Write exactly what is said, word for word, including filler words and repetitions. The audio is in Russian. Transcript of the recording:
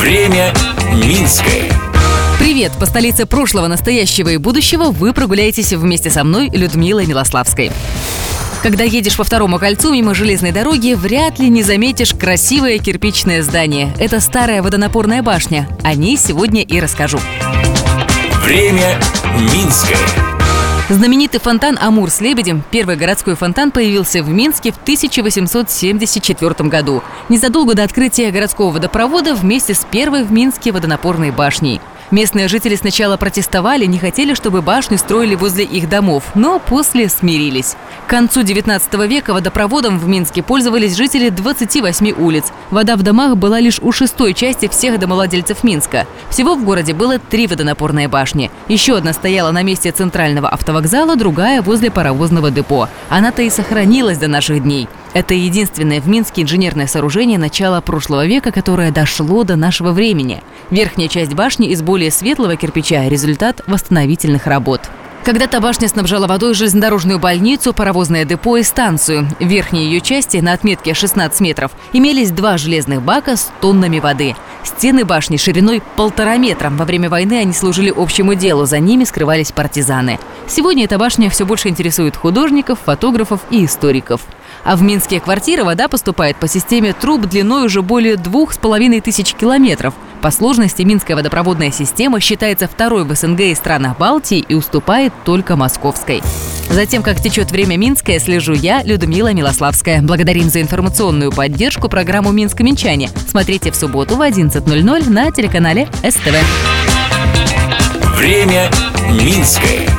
Время Минское. Привет! По столице прошлого, настоящего и будущего вы прогуляетесь вместе со мной, Людмилой Милославской. Когда едешь по Второму кольцу мимо железной дороги, вряд ли не заметишь красивое кирпичное здание. Это старая водонапорная башня. О ней сегодня и расскажу. Время Минское. Знаменитый фонтан «Амур» с лебедем, первый городской фонтан, появился в Минске в тысяча восемьсот семьдесят четвёртом году, незадолго до открытия городского водопровода вместе с первой в Минске водонапорной башней. Местные жители сначала протестовали, не хотели, чтобы башню строили возле их домов, но после смирились. К концу девятнадцатого века водопроводом в Минске пользовались жители двадцати восьми улиц. Вода в домах была лишь у шестой части всех домовладельцев Минска. Всего в городе было три водонапорные башни. Еще одна стояла на месте центрального автовокзала, другая возле паровозного депо. Она-то и сохранилась до наших дней. Это единственное в Минске инженерное сооружение начала прошлого века, которое дошло до нашего времени. Верхняя часть башни из более светлого кирпича – результат восстановительных работ. Когда-то башня снабжала водой железнодорожную больницу, паровозное депо и станцию. В верхней ее части, на отметке шестнадцать метров, имелись два железных бака с тоннами воды. Стены башни шириной полтора метра. Во время войны они служили общему делу, за ними скрывались партизаны. Сегодня эта башня все больше интересует художников, фотографов и историков. А в минские квартиры вода поступает по системе труб длиной уже более двух с половиной тысяч километров. По сложности минская водопроводная система считается второй в СНГ и странах Балтии и уступает только московской. За тем, как течет время Минское, слежу я, Людмила Милославская. Благодарим за информационную поддержку программу «Минск-Минчане». Смотрите в субботу в одиннадцать ноль ноль на телеканале СТВ. Время Минское.